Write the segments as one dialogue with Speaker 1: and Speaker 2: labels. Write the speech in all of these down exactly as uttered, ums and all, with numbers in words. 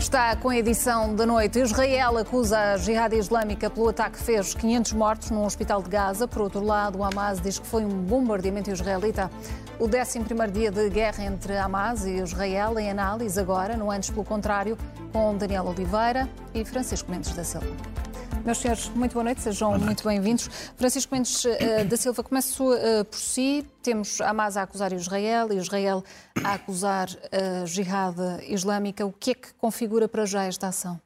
Speaker 1: Está com a edição da noite. Israel acusa a Jihad Islâmica pelo ataque que fez quinhentos mortos num hospital de Gaza. Por outro lado, o Hamas diz que foi um bombardeamento israelita. O décimo primeiro dia de guerra entre Hamas e Israel em análise agora, no Antes pelo Contrário, com Daniel Oliveira e Francisco Mendes da Silva. Meus senhores, muito boa noite, sejam boa noite. Muito bem-vindos. Francisco Mendes uh, da Silva, começo uh, por si. Temos Hamas a acusar Israel e Israel a acusar a uh, Jihad Islâmica. O que é que configura para já esta ação?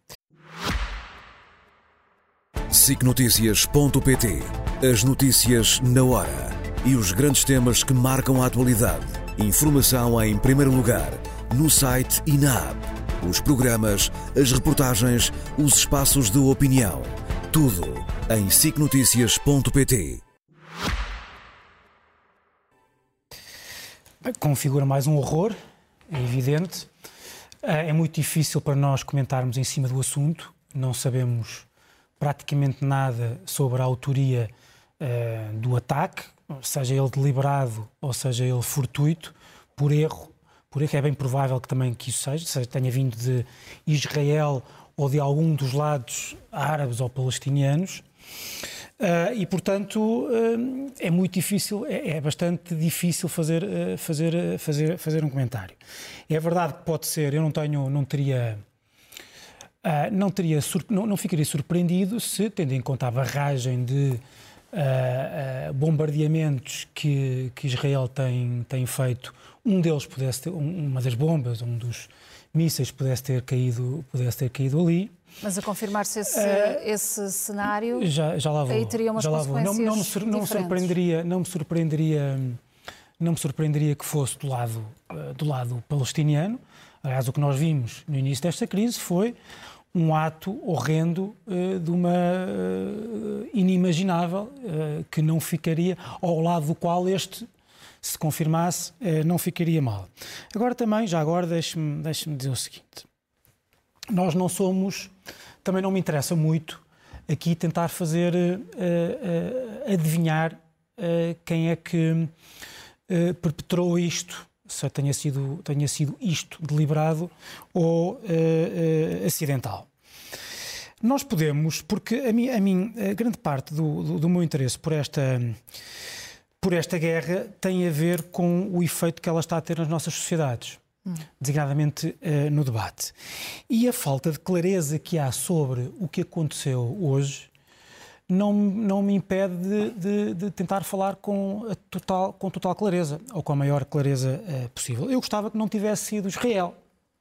Speaker 2: sic notícias ponto pt. As notícias na hora e os grandes temas que marcam a atualidade. Informação em primeiro lugar, no site e na app. Os programas, as reportagens, os espaços de opinião. Tudo em sic notícias ponto pt.
Speaker 3: Configura mais um horror, é evidente. É muito difícil para nós comentarmos em cima do assunto. Não sabemos praticamente nada sobre a autoria uh, do ataque, seja ele deliberado ou seja ele fortuito, por erro. Por erro é bem provável que também que isso seja, seja tenha vindo de Israel ou de algum dos lados árabes ou palestinianos. Uh, e, portanto, uh, é muito difícil, é, é bastante difícil fazer, uh, fazer, uh, fazer, fazer um comentário. É verdade que pode ser, eu não tenho, não teria, uh, não, teria não, não ficaria surpreendido se, tendo em conta a barragem de uh, uh, bombardeamentos que, que Israel tem, tem feito, um deles pudesse ter, uma das bombas, um dos mísseis pudesse ter caído, pudesse ter caído ali.
Speaker 1: Mas a confirmar-se esse, uh, esse cenário,
Speaker 3: já, já lá vou,
Speaker 1: aí teria umas
Speaker 3: já
Speaker 1: consequências
Speaker 3: não, não, me sur, não, me surpreenderia, não me surpreenderia, não me surpreenderia que fosse do lado, uh, do lado palestiniano. Aliás, o que nós vimos no início desta crise foi um ato horrendo uh, de uma uh, inimaginável uh, que não ficaria ao lado do qual este, se confirmasse, uh, não ficaria mal. Agora também, já agora, deixe-me, deixe-me dizer o seguinte. Nós não somos, também não me interessa muito aqui tentar fazer, uh, uh, adivinhar uh, quem é que uh, perpetrou isto, se tenha sido, tenha sido isto deliberado ou uh, uh, acidental. Nós podemos, porque a mim, a mim a grande parte do, do, do meu interesse por esta, por esta guerra tem a ver com o efeito que ela está a ter nas nossas sociedades. Designadamente uh, no debate. E a falta de clareza que há sobre o que aconteceu hoje não, não me impede de, de, de tentar falar com, a total, com total clareza, ou com a maior clareza uh, possível. Eu gostava que não tivesse sido Israel.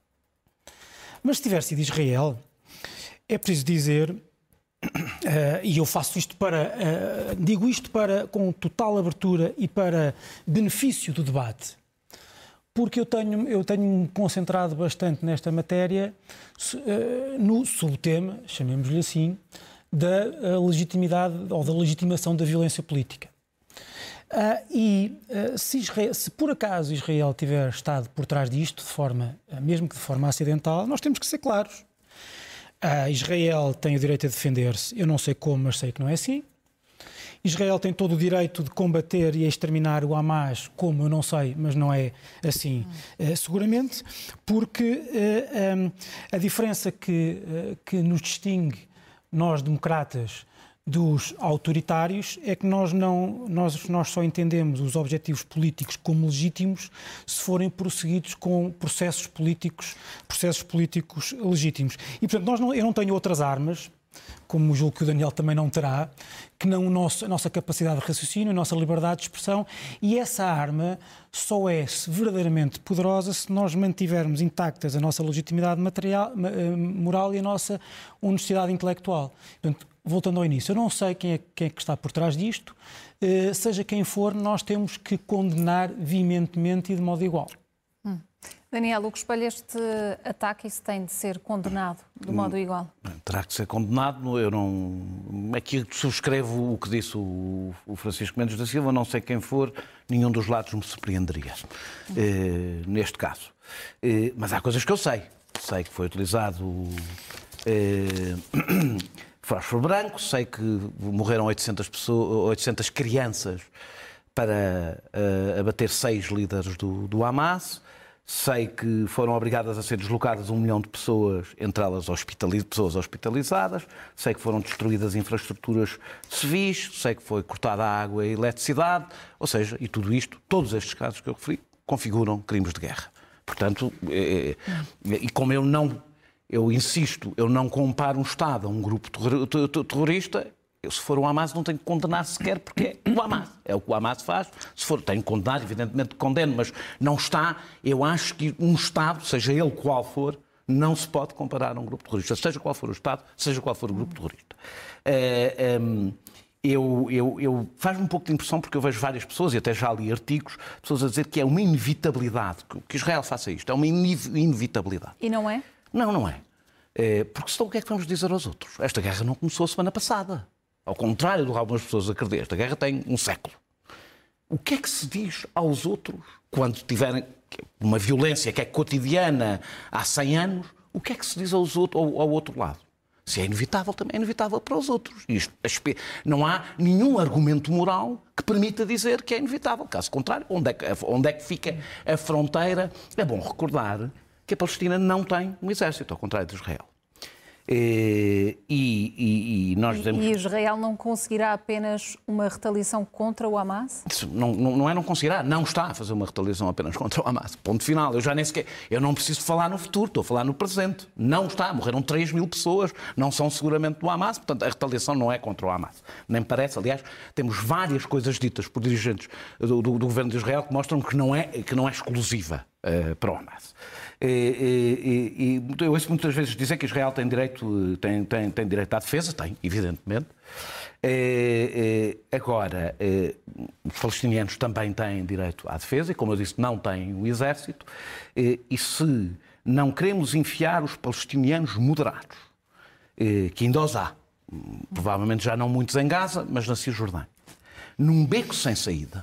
Speaker 3: Mas se tivesse sido Israel, é preciso dizer, uh, e eu faço isto para, uh, digo isto para, com total abertura e para benefício do debate, porque eu tenho, eu tenho-me concentrado bastante nesta matéria uh, no subtema, chamemos-lhe assim, da uh, legitimidade ou da legitimação da violência política. Uh, e uh, se, Israel, se por acaso Israel tiver estado por trás disto, de forma, uh, mesmo que de forma acidental, nós temos que ser claros. Uh, Israel tem o direito a defender-se, eu não sei como, mas sei que não é assim. Israel tem todo o direito de combater e exterminar o Hamas, como eu não sei, mas não é assim, uh, seguramente, porque uh, um, a diferença que, uh, que nos distingue, nós democratas, dos autoritários, é que nós, não, nós, nós só entendemos os objetivos políticos como legítimos se forem prosseguidos com processos políticos, processos políticos legítimos. E, portanto, nós não, eu não tenho outras armas, como julgo que o Daniel também não terá, que não o nosso, a nossa capacidade de raciocínio, a nossa liberdade de expressão, e essa arma só é verdadeiramente poderosa se nós mantivermos intactas a nossa legitimidade material, moral e a nossa honestidade intelectual. Portanto, voltando ao início, eu não sei quem é, quem é que está por trás disto, seja quem for, nós temos que condenar veementemente e de modo igual.
Speaker 1: Hum. Daniel, o que espelha este ataque, isso tem de ser condenado de modo igual?
Speaker 4: Terá que ser condenado. Eu não... Aqui subscrevo o que disse o Francisco Mendes da Silva, não sei quem for, nenhum dos lados me surpreenderia, hum. eh, neste caso. Eh, mas há coisas que eu sei. Sei que foi utilizado eh, fósforo branco, sei que morreram oitocentas, pessoas, oitocentas crianças para uh, abater seis líderes do, do Hamas. sei que foram obrigadas a ser deslocadas um milhão de pessoas, entre elas hospitaliz... pessoas hospitalizadas, sei que foram destruídas infraestruturas civis, sei que foi cortada a água e a eletricidade, ou seja, e tudo isto, todos estes casos que eu referi, configuram crimes de guerra. Portanto, é... e como eu não, eu insisto, eu não comparo um Estado a um grupo terrorista. Eu, se for o Hamas, não tenho que condenar sequer, porque é o Hamas. É o que o Hamas faz. Se for, tenho que condenar, evidentemente condeno, mas não está. Eu acho que um Estado, seja ele qual for, não se pode comparar a um grupo terrorista. Seja qual for o Estado, seja qual for o grupo terrorista. Uh, um, eu, eu, eu faz-me um pouco de impressão, porque eu vejo várias pessoas, e até já li artigos, pessoas a dizer que é uma inevitabilidade, que Israel faça isto. É uma inevitabilidade.
Speaker 1: E não é?
Speaker 4: Não, não é. Uh, porque senão o que é que vamos dizer aos outros? Esta guerra não começou a semana passada. Ao contrário do que algumas pessoas acreditam, esta guerra tem um século. O que é que se diz aos outros quando tiverem uma violência que é cotidiana há cem anos? O que é que se diz aos outros, ao, ao outro lado? Se é inevitável, também é inevitável para os outros. Isto, não há nenhum argumento moral que permita dizer que é inevitável. Caso contrário, onde é que, onde é que fica a fronteira? É bom recordar que a Palestina não tem um exército, ao contrário de Israel. E, e, e, nós dizemos...
Speaker 1: e Israel não conseguirá apenas uma retaliação contra o Hamas?
Speaker 4: Não, não, não é não conseguirá, não está a fazer uma retaliação apenas contra o Hamas. Ponto final. Eu já nem sequer... Eu não preciso falar no futuro, estou a falar no presente. Não está. Morreram três mil pessoas, não são seguramente do Hamas, portanto a retaliação não é contra o Hamas. Nem me parece. Aliás, temos várias coisas ditas por dirigentes do, do, do governo de Israel que mostram que não é, que não é exclusiva uh, para o Hamas. E, e, e, eu ouço muitas vezes dizer que Israel tem direito, tem, tem, tem direito à defesa, tem, evidentemente. E, e, agora, e, os palestinianos também têm direito à defesa e, como eu disse, não têm o exército. E, e se não queremos enfiar os palestinianos moderados, e, que ainda os há, provavelmente já não muitos em Gaza, mas na Cisjordânia, num beco sem saída,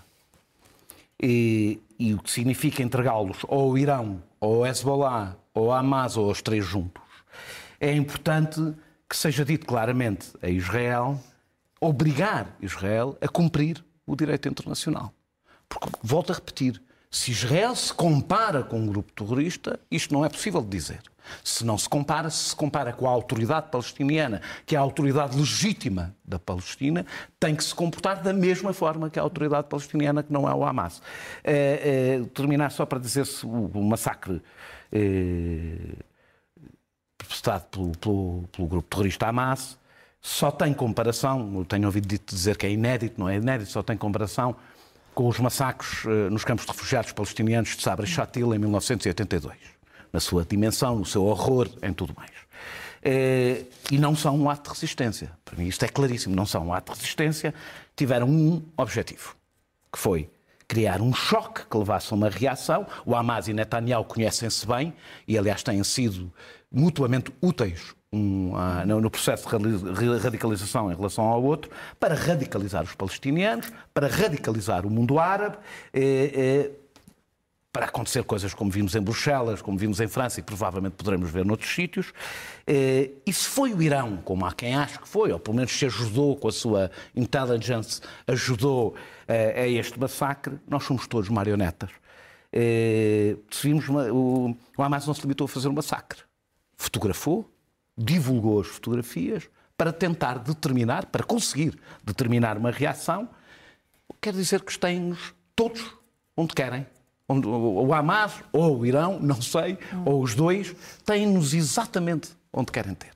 Speaker 4: e, e o que significa entregá-los ou ao Irão, ou ao Hezbollah, ou ao Hamas, ou aos três juntos, é importante que seja dito claramente a Israel, obrigar Israel a cumprir o direito internacional. Porque, volto a repetir, se Israel se compara com um grupo terrorista, isto não é possível de dizer. Se não se compara, se se compara com a autoridade palestiniana, que é a autoridade legítima da Palestina, tem que se comportar da mesma forma que a autoridade palestiniana, que não é o Hamas. É, é, terminar só para dizer-se o, o massacre é, perpetrado pelo, pelo, pelo grupo terrorista Hamas só tem comparação, eu tenho ouvido dito dizer que é inédito, não é inédito, só tem comparação com os massacres é, nos campos de refugiados palestinianos de Sabra e Shatila em mil novecentos e oitenta e dois. Na sua dimensão, no seu horror, em tudo mais. E não são um ato de resistência. Para mim isto é claríssimo, não são um ato de resistência. Tiveram um objetivo, que foi criar um choque que levasse a uma reação. O Hamas e Netanyahu conhecem-se bem e, aliás, têm sido mutuamente úteis um, uh, no processo de radicalização em relação ao outro, para radicalizar os palestinianos, para radicalizar o mundo árabe, e, e, para acontecer coisas como vimos em Bruxelas, como vimos em França e provavelmente poderemos ver noutros sítios. E se foi o Irão, como há quem acha que foi, ou pelo menos se ajudou com a sua intelligence, ajudou a este massacre, nós somos todos marionetas. E vimos uma, o, o Hamas não se limitou a fazer um massacre. Fotografou, divulgou as fotografias para tentar determinar, para conseguir determinar uma reação. Quer dizer que têm-nos todos onde querem. O Hamas ou o Irão, não sei, hum. ou os dois, têm-nos exatamente onde querem ter.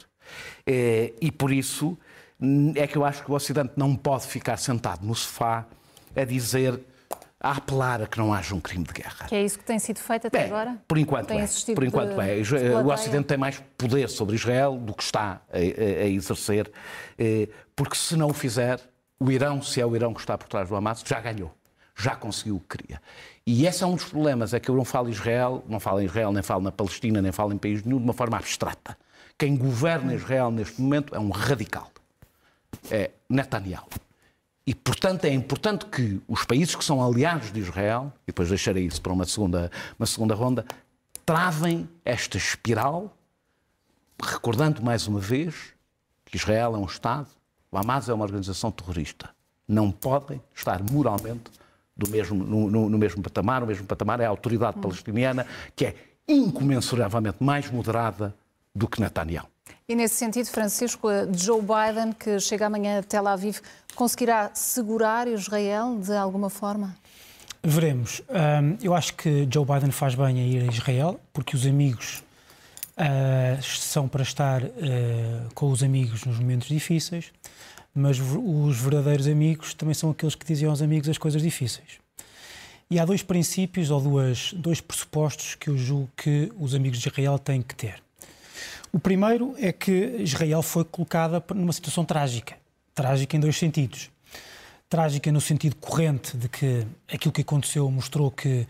Speaker 4: E por isso é que eu acho que o Ocidente não pode ficar sentado no sofá a dizer, a apelar a que não haja um crime de guerra.
Speaker 1: Que é isso que tem sido feito até é, agora?
Speaker 4: Por enquanto é. Por enquanto de, é. De o Ocidente tem mais poder sobre Israel do que está a, a, a exercer, porque se não o fizer, o Irão, se é o Irão que está por trás do Hamas, já ganhou. Já conseguiu o que queria. E esse é um dos problemas, é que eu não falo em Israel, não falo em Israel, nem falo na Palestina, nem falo em país nenhum, de uma forma abstrata. Quem governa Israel neste momento é um radical. É Netanyahu. E, portanto, é importante que os países que são aliados de Israel, e depois deixarei isso para uma segunda, uma segunda ronda, travem esta espiral, recordando mais uma vez que Israel é um Estado, o Hamas é uma organização terrorista. Não podem estar moralmente do mesmo, no, no mesmo patamar. O mesmo patamar é a autoridade hum. palestiniana, que é incomensuravelmente mais moderada do que Netanyahu.
Speaker 1: E nesse sentido, Francisco, Joe Biden, que chega amanhã a Tel Aviv, conseguirá segurar Israel de alguma forma?
Speaker 3: Veremos. Eu acho que Joe Biden faz bem a ir a Israel, porque os amigos uh, são para estar uh, com os amigos nos momentos difíceis, mas os verdadeiros amigos também são aqueles que dizem aos amigos as coisas difíceis. E há dois princípios ou duas, dois pressupostos que eu julgo que os amigos de Israel têm que ter. O primeiro é que Israel foi colocada numa situação trágica. Trágica em dois sentidos. Trágica no sentido corrente de que aquilo que aconteceu mostrou que uh,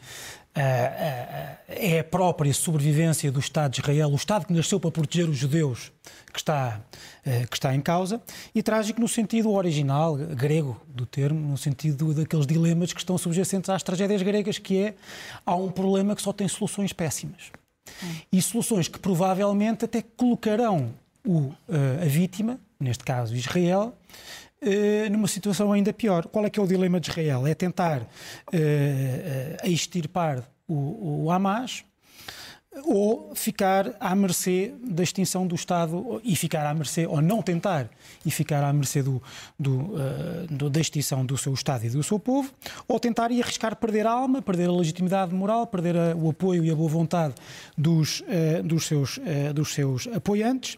Speaker 3: uh, é a própria sobrevivência do Estado de Israel, o Estado que nasceu para proteger os judeus, que está, uh, que está em causa. E trágico no sentido original, grego do termo, no sentido daqueles dilemas que estão subjacentes às tragédias gregas, que é, há um problema que só tem soluções péssimas. E soluções que provavelmente até colocarão o, uh, a vítima, neste caso Israel, uh, numa situação ainda pior. Qual é que é o dilema de Israel? É tentar uh, uh, extirpar o, o Hamas ou ficar à mercê da extinção do Estado e ficar à mercê, ou não tentar e ficar à mercê do, do, uh, do, da extinção do seu Estado e do seu povo, ou tentar e arriscar perder a alma, perder a legitimidade moral, perder a, o apoio e a boa vontade dos, uh, dos, seus, uh, dos seus apoiantes.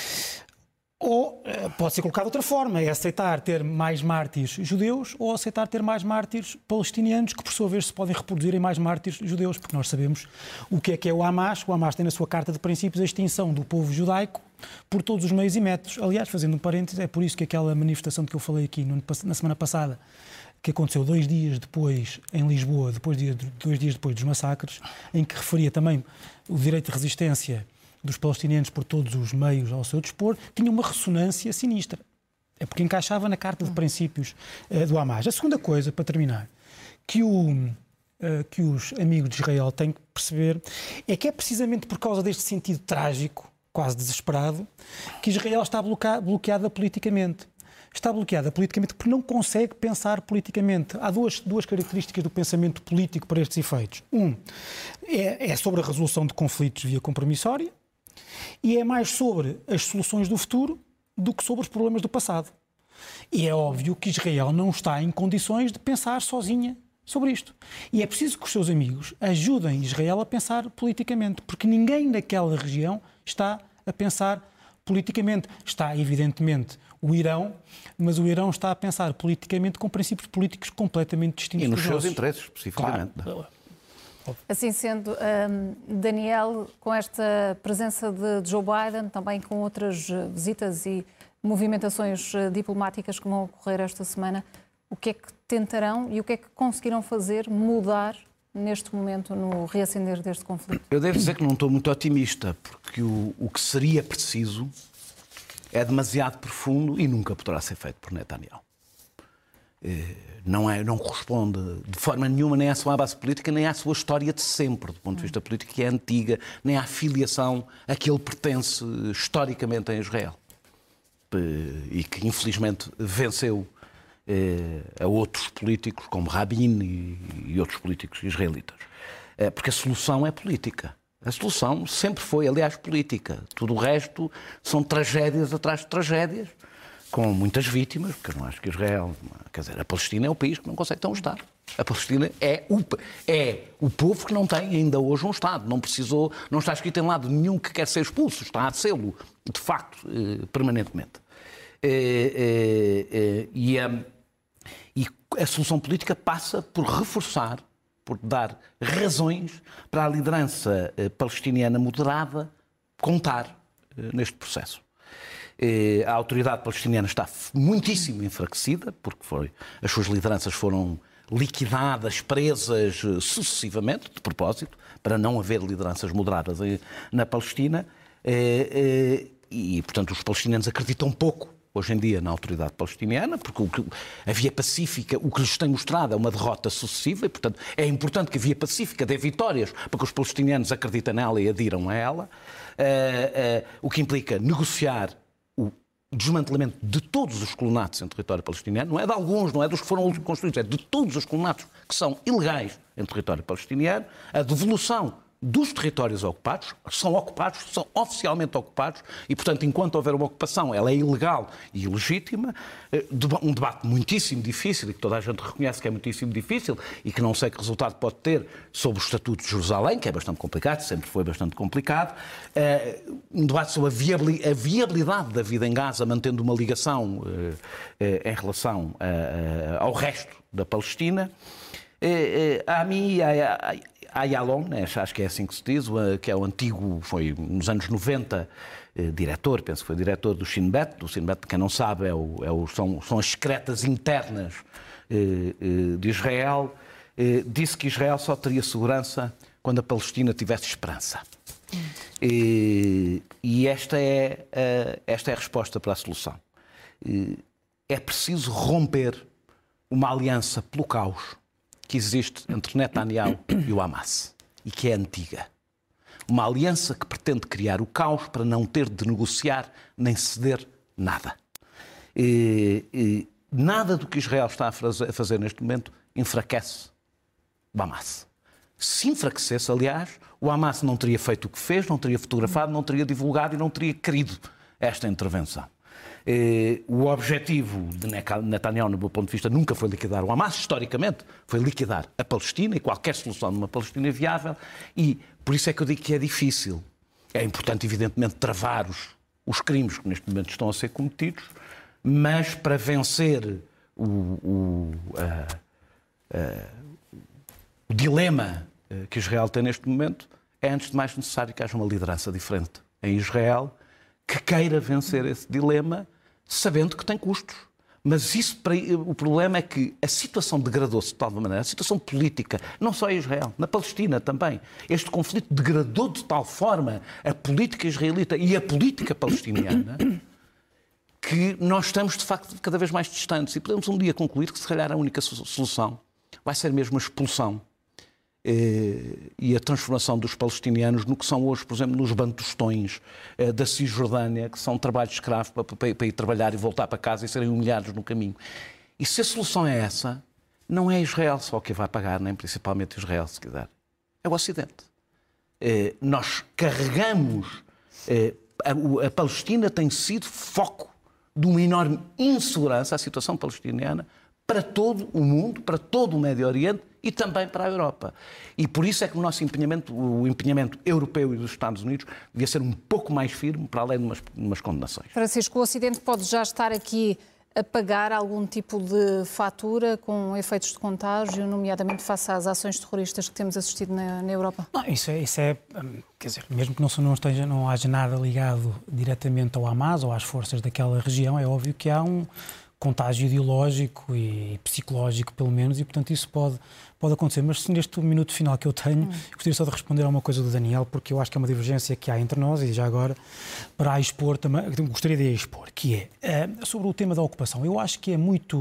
Speaker 3: Ou pode ser colocado de outra forma, é aceitar ter mais mártires judeus ou aceitar ter mais mártires palestinianos, que por sua vez se podem reproduzir em mais mártires judeus, porque nós sabemos o que é que é o Hamas. O Hamas tem na sua carta de princípios a extinção do povo judaico por todos os meios e métodos. Aliás, fazendo um parênteses, é por isso que aquela manifestação de que eu falei aqui na semana passada, que aconteceu dois dias depois em Lisboa, depois de, dois dias depois dos massacres, em que referia também o direito de resistência dos palestinianos por todos os meios ao seu dispor, tinha uma ressonância sinistra. É porque encaixava na carta de princípios uh, do Hamas. A segunda coisa, para terminar, que, o, uh, que os amigos de Israel têm que perceber é que é precisamente por causa deste sentido trágico, quase desesperado, que Israel está bloqueada, bloqueada politicamente. Está bloqueada politicamente porque não consegue pensar politicamente. Há duas, duas características do pensamento político para estes efeitos. Um, é, é sobre a resolução de conflitos via compromissória, e é mais sobre as soluções do futuro do que sobre os problemas do passado. E é óbvio que Israel não está em condições de pensar sozinha sobre isto. E é preciso que os seus amigos ajudem Israel a pensar politicamente, porque ninguém naquela região está a pensar politicamente. Está, evidentemente, o Irão, mas o Irão está a pensar politicamente com princípios políticos completamente distintos.
Speaker 4: E nos
Speaker 3: dos
Speaker 4: seus
Speaker 3: nossos.
Speaker 4: interesses, especificamente.
Speaker 3: Claro.
Speaker 1: Assim sendo, um, Daniel, com esta presença de Joe Biden, também com outras visitas e movimentações diplomáticas que vão ocorrer esta semana, o que é que tentarão e o que é que conseguirão fazer mudar neste momento no reacender deste conflito?
Speaker 4: Eu devo dizer que não estou muito otimista, porque o, o que seria preciso é demasiado profundo e nunca poderá ser feito por Netanyahu. Não, é, não corresponde de forma nenhuma nem à sua base política, nem à sua história de sempre, do ponto de vista político, que é antiga, nem à filiação a que ele pertence historicamente em Israel. E que, infelizmente, venceu eh, a outros políticos, como Rabin e, e outros políticos israelitas. Eh, porque a solução é política. A solução sempre foi, aliás, política. Tudo o resto são tragédias atrás de tragédias, com muitas vítimas, porque eu não acho que Israel... Quer dizer, a Palestina é o país que não consegue ter um Estado. A Palestina é o, é o povo que não tem ainda hoje um Estado. Não precisou, não está escrito em lado nenhum que quer ser expulso. Está a sê-lo, de facto, eh, permanentemente. Eh, eh, e, a, e a solução política passa por reforçar, por dar razões para a liderança eh, palestiniana moderada contar eh, neste processo. A autoridade palestiniana está muitíssimo enfraquecida, porque foi, as suas lideranças foram liquidadas, presas sucessivamente, de propósito, para não haver lideranças moderadas na Palestina. E, portanto, os palestinianos acreditam pouco, hoje em dia, na autoridade palestiniana, porque o que, a via pacífica, o que lhes tem mostrado é uma derrota sucessiva, e, portanto, é importante que a via pacífica dê vitórias para que os palestinianos acreditem nela e adiram a ela, o que implica negociar desmantelamento de todos os colonatos em território palestiniano, não é de alguns, não é dos que foram construídos, é de todos os colonatos que são ilegais em território palestiniano, a devolução dos territórios ocupados, são ocupados, são oficialmente ocupados e, portanto, enquanto houver uma ocupação, ela é ilegal e ilegítima. Um debate muitíssimo difícil e que toda a gente reconhece que é muitíssimo difícil e que não sei que resultado pode ter sobre o Estatuto de Jerusalém, que é bastante complicado, sempre foi bastante complicado. Um debate sobre a viabilidade da vida em Gaza, mantendo uma ligação em relação ao resto da Palestina. A mim, Ayalon, acho que é assim que se diz, que é o antigo, foi nos anos noventa, diretor, penso que foi diretor do Shin Bet. Do Shin Bet, quem não sabe, é o, é o, são, são as secretas internas de Israel. Disse que Israel só teria segurança quando a Palestina tivesse esperança. E, e esta, é, esta é a resposta para a solução. É preciso romper uma aliança pelo caos que existe entre Netanyahu e o Hamas, e que é antiga. Uma aliança que pretende criar o caos para não ter de negociar nem ceder nada. E, e, nada do que Israel está a fazer neste momento enfraquece o Hamas. Se enfraquecesse, aliás, o Hamas não teria feito o que fez, não teria fotografado, não teria divulgado e não teria querido esta intervenção. O objetivo de Netanyahu, no meu ponto de vista, nunca foi liquidar o Hamas, historicamente, foi liquidar a Palestina e qualquer solução de uma Palestina viável, e por isso é que eu digo que é difícil. É importante, evidentemente, travar os, os crimes que neste momento estão a ser cometidos, mas para vencer o, o, a, a, o dilema que Israel tem neste momento, é antes de mais necessário que haja uma liderança diferente em Israel, que queira vencer esse dilema, sabendo que tem custos. Mas isso, o problema é que a situação degradou-se de tal maneira, a situação política, não só em Israel, na Palestina também. Este conflito degradou de tal forma a política israelita e a política palestiniana que nós estamos, de facto, cada vez mais distantes. E podemos um dia concluir que, se calhar, a única solução vai ser mesmo a expulsão e a transformação dos palestinianos no que são hoje, por exemplo, nos bantustões da Cisjordânia, que são trabalho de escravo para, para, para ir trabalhar e voltar para casa e serem humilhados no caminho. E se a solução é essa, não é Israel só que vai pagar, nem principalmente Israel, se quiser. É o Ocidente. Nós carregamos... A, a Palestina tem sido foco de uma enorme insegurança, a situação palestiniana, para todo o mundo, para todo o Médio Oriente e também para a Europa. E por isso é que o nosso empenhamento, o empenhamento europeu e dos Estados Unidos, devia ser um pouco mais firme, para além de umas, de umas condenações.
Speaker 1: Francisco, o Ocidente pode já estar aqui a pagar algum tipo de fatura com efeitos de contágio, nomeadamente face às ações terroristas que temos assistido na, na Europa?
Speaker 3: Não, isso é, isso é, quer dizer, mesmo que não, não, esteja, não haja nada ligado diretamente ao Hamas ou às forças daquela região, é óbvio que há um contágio ideológico e psicológico, pelo menos, e, portanto, isso pode, pode acontecer. Mas neste minuto final que eu tenho, hum. gostaria só de responder a uma coisa do Daniel, porque eu acho que é uma divergência que há entre nós, e já agora, para a expor, também, gostaria de a expor, que é uh, sobre o tema da ocupação. Eu acho que é muito...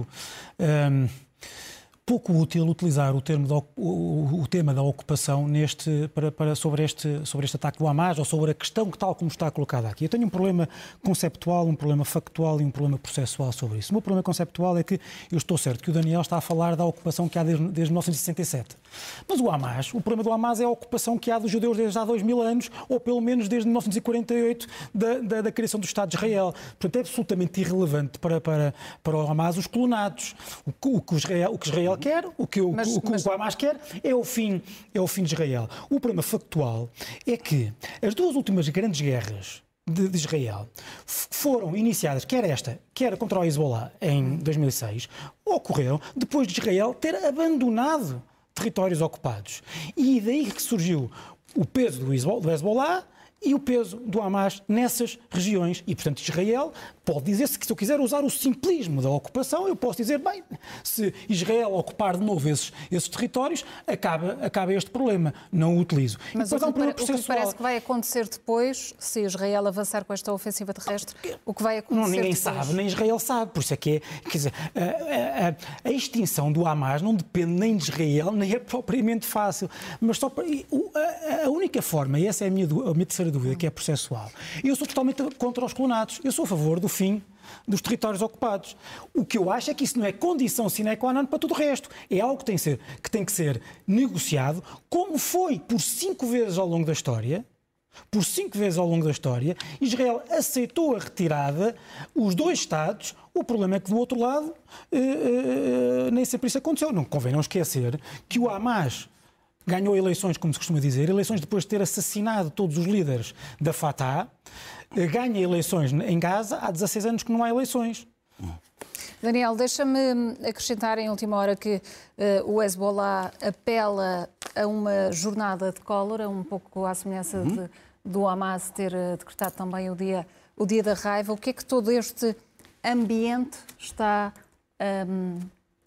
Speaker 3: Um, pouco útil utilizar o, termo da, o, o tema da ocupação neste, para, para, sobre, este, sobre este ataque do Hamas ou sobre a questão que tal como está colocada aqui. Eu tenho um problema conceptual, um problema factual e um problema processual sobre isso. O meu problema conceptual é que eu estou certo que o Daniel está a falar da ocupação que há desde, desde mil novecentos e sessenta e sete. Mas o Hamas, o problema do Hamas é a ocupação que há dos judeus desde há dois mil anos, ou pelo menos desde mil novecentos e quarenta e oito, da, da, da criação do Estado de Israel. Portanto, é absolutamente irrelevante para, para, para o Hamas os colonados. O, o, que Israel, o que Israel quer, o que o, mas, o, mas... o Hamas quer, é o, fim, é o fim de Israel. O problema factual é que as duas últimas grandes guerras de, de Israel foram iniciadas, quer esta, quer contra o Hezbollah em dois mil e seis, ocorreram depois de Israel ter abandonado territórios ocupados. E daí que surgiu o peso do Hezbollah e o peso do Hamas nessas regiões. E, portanto, Israel pode dizer-se que, se eu quiser usar o simplismo da ocupação, eu posso dizer, bem, se Israel ocupar de novo esses, esses territórios, acaba, acaba este problema. Não o utilizo.
Speaker 1: Mas o que, um problema o que parece que vai acontecer depois, se Israel avançar com esta ofensiva terrestre, o que vai acontecer
Speaker 3: não, ninguém
Speaker 1: depois?
Speaker 3: sabe, nem Israel sabe. Por isso é que é, quer dizer, a, a, a extinção do Hamas não depende nem de Israel, nem é propriamente fácil. Mas só para, a, a única forma, e essa é a minha, a minha terceira terceira dúvida, que é processual. Eu sou totalmente contra os colonatos. Eu sou a favor do fim dos territórios ocupados. O que eu acho é que isso não é condição sine qua non para tudo o resto. É algo que tem que ser, que tem que ser negociado, como foi por cinco vezes ao longo da história. Por cinco vezes ao longo da história, Israel aceitou a retirada, os dois Estados. O problema é que, do outro lado, eh, eh, nem sempre isso aconteceu. Não convém não esquecer que o Hamas ganhou eleições, como se costuma dizer, eleições depois de ter assassinado todos os líderes da Fatah, eh, ganha eleições em Gaza, há dezasseis anos que não há eleições.
Speaker 1: Daniel, deixa-me acrescentar em última hora que uh, o Hezbollah apela a uma jornada de cólera, um pouco à semelhança uhum. de, do Hamas ter uh, decretado também o dia, o dia da raiva. O que é que todo este ambiente está um,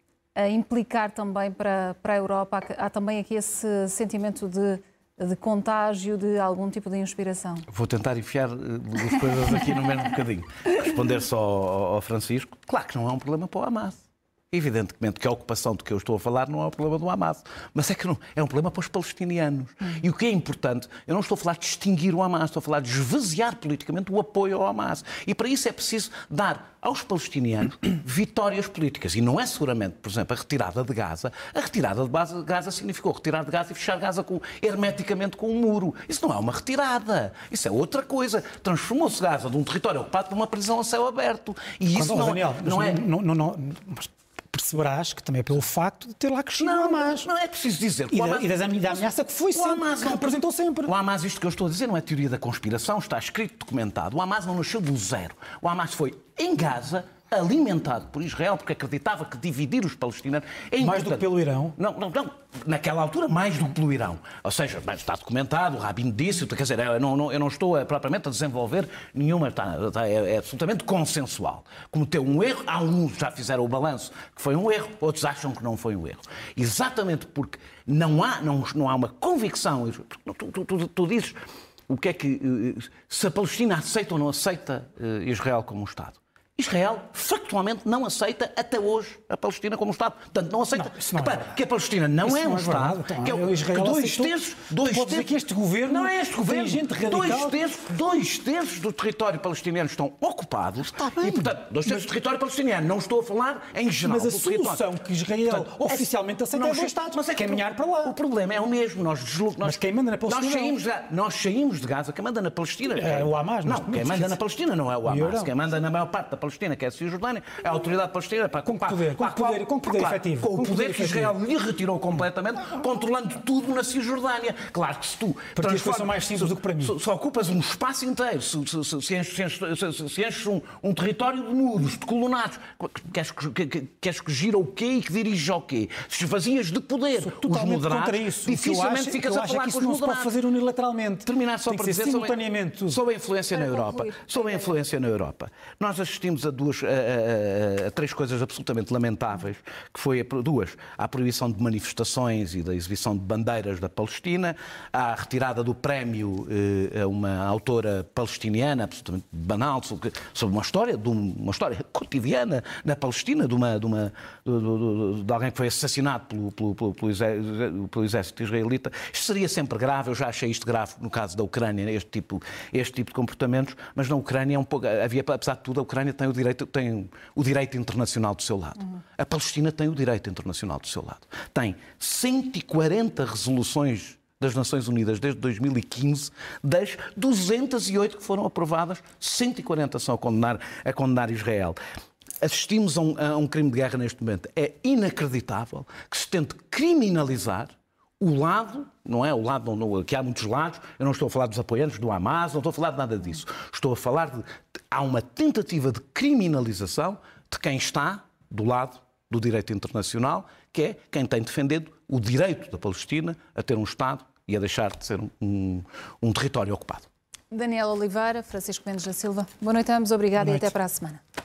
Speaker 1: a implicar também para, para a Europa? Há, há também aqui esse sentimento de, de contágio, de algum tipo de inspiração?
Speaker 4: Vou tentar enfiar as coisas aqui no mesmo bocadinho. Responder só ao, ao Francisco. Claro que não é um problema para o Hamas. Evidentemente que a ocupação de que eu estou a falar não é um problema do Hamas, mas é que não, é um problema para os palestinianos. Hum. E o que é importante, eu não estou a falar de extinguir o Hamas, estou a falar de esvaziar politicamente o apoio ao Hamas. E para isso é preciso dar aos palestinianos vitórias políticas. E não é seguramente, por exemplo, a retirada de Gaza. A retirada de Gaza significou retirar de Gaza e fechar Gaza com, hermeticamente com um muro. Isso não é uma retirada. Isso é outra coisa. Transformou-se Gaza de um território ocupado numa prisão a céu aberto. E isso
Speaker 3: Quando,
Speaker 4: não,
Speaker 3: Daniel,
Speaker 4: não é...
Speaker 3: Não, não, não, mas perceberás que também é pelo facto de ter lá crescido
Speaker 4: não,
Speaker 3: o Hamas.
Speaker 4: Não é preciso dizer.
Speaker 3: E,
Speaker 4: o
Speaker 3: da,
Speaker 4: Hamas,
Speaker 3: e da ameaça que foi sempre,
Speaker 4: Hamas,
Speaker 3: que representou sempre.
Speaker 4: O Hamas, isto que eu estou a dizer, não é teoria da conspiração, está escrito, documentado. O Hamas não nasceu do zero. O Hamas foi em Gaza, alimentado por Israel, porque acreditava que dividir os palestinianos é importante.
Speaker 3: Mais do que pelo Irão?
Speaker 4: Não, não, não. Naquela altura, mais do que pelo Irão. Ou seja, está documentado, o Rabin disse, quer dizer, eu não, eu não estou a, propriamente a desenvolver nenhuma, está, está, é, é absolutamente consensual. Cometeu um erro, há uns já fizeram o balanço que foi um erro, outros acham que não foi um erro. Exatamente porque não há, não, não há uma convicção. Tu, tu, tu, tu dizes o que é que, se a Palestina aceita ou não aceita Israel como um Estado. Israel, factualmente, não aceita até hoje a Palestina como Estado. Portanto, não aceita
Speaker 3: não, não
Speaker 4: Repara,
Speaker 3: é
Speaker 4: que a Palestina não
Speaker 3: isso
Speaker 4: é um
Speaker 3: não é
Speaker 4: Estado.
Speaker 3: Então,
Speaker 4: que é o,
Speaker 3: Israel
Speaker 4: que dois
Speaker 3: aceitou,
Speaker 4: terços, dois
Speaker 3: pode dizer
Speaker 4: terços,
Speaker 3: que este governo
Speaker 4: não é este governo.
Speaker 3: Tem gente radical.
Speaker 4: Dois terços, dois terços do território palestiniano estão ocupados.
Speaker 3: Está bem.
Speaker 4: E, portanto, dois terços mas, do território palestiniano. Não estou a falar em geral.
Speaker 3: Mas a
Speaker 4: do
Speaker 3: solução
Speaker 4: território.
Speaker 3: que Israel
Speaker 4: portanto,
Speaker 3: oficialmente aceita é dois Estados.
Speaker 4: Mas é que
Speaker 3: caminhar para lá.
Speaker 4: O problema é o mesmo. Nós deslo...
Speaker 3: Mas quem manda na Palestina
Speaker 4: nós saímos, de... nós saímos de Gaza. Quem manda na Palestina
Speaker 3: é o Hamas.
Speaker 4: Não, quem manda na Palestina não é o Hamas. Quem manda na maior parte da Palestina, que é a Cisjordânia, é a autoridade palestina.
Speaker 3: Com que poder, com poder, com poder
Speaker 4: claro,
Speaker 3: efetivo.
Speaker 4: Com o poder, poder que Israel lhe retirou completamente, controlando tudo na Cisjordânia. Claro que se tu...
Speaker 3: Para ti as coisas são mais simples do que para mim.
Speaker 4: Se, se ocupas um espaço inteiro, se, se, se, se enches, se, se enches um, um território de muros, de colonados, queres que, que, queres que gira o quê e que dirija o quê? Se esvazias de poder os moderados,
Speaker 3: isso.
Speaker 4: dificilmente
Speaker 3: acho,
Speaker 4: ficas a falar
Speaker 3: que
Speaker 4: com
Speaker 3: isso
Speaker 4: os
Speaker 3: não
Speaker 4: moderados.
Speaker 3: Se pode fazer unilateralmente.
Speaker 4: Terminar só
Speaker 3: Tem
Speaker 4: para
Speaker 3: que ser
Speaker 4: dizer
Speaker 3: simultaneamente
Speaker 4: sobre, sobre a influência na Europa. Sobre a influência na Europa. Nós assistimos a duas, a, a, a, a três coisas absolutamente lamentáveis, que foi a, duas, à proibição de manifestações e da exibição de bandeiras da Palestina, à retirada do prémio eh, a uma autora palestiniana, absolutamente banal, sobre, sobre uma história, de uma história cotidiana na Palestina, de, uma, de, uma, de, de, de alguém que foi assassinado pelo, pelo, pelo, pelo, exército, pelo exército israelita. Isto seria sempre grave, eu já achei isto grave no caso da Ucrânia, este tipo, este tipo de comportamentos, mas na Ucrânia é um pouco, havia, apesar de tudo, a Ucrânia tem o direito, tem o direito internacional do seu lado. Uhum. A Palestina tem o direito internacional do seu lado. Tem cento e quarenta resoluções das Nações Unidas desde dois mil e quinze, das duzentas e oito que foram aprovadas, cento e quarenta são a condenar, a condenar Israel. Assistimos a um, a um crime de guerra neste momento. É inacreditável que se tente criminalizar o lado, não é o lado onde que há muitos lados, eu não estou a falar dos apoiantes do Hamas, não estou a falar de nada disso. Estou a falar de... Há uma tentativa de criminalização de quem está do lado do direito internacional, que é quem tem defendido o direito da Palestina a ter um Estado e a deixar de ser um, um território ocupado.
Speaker 1: Daniel Oliveira, Francisco Mendes da Silva, boa noite a ambos, obrigada e até para a semana.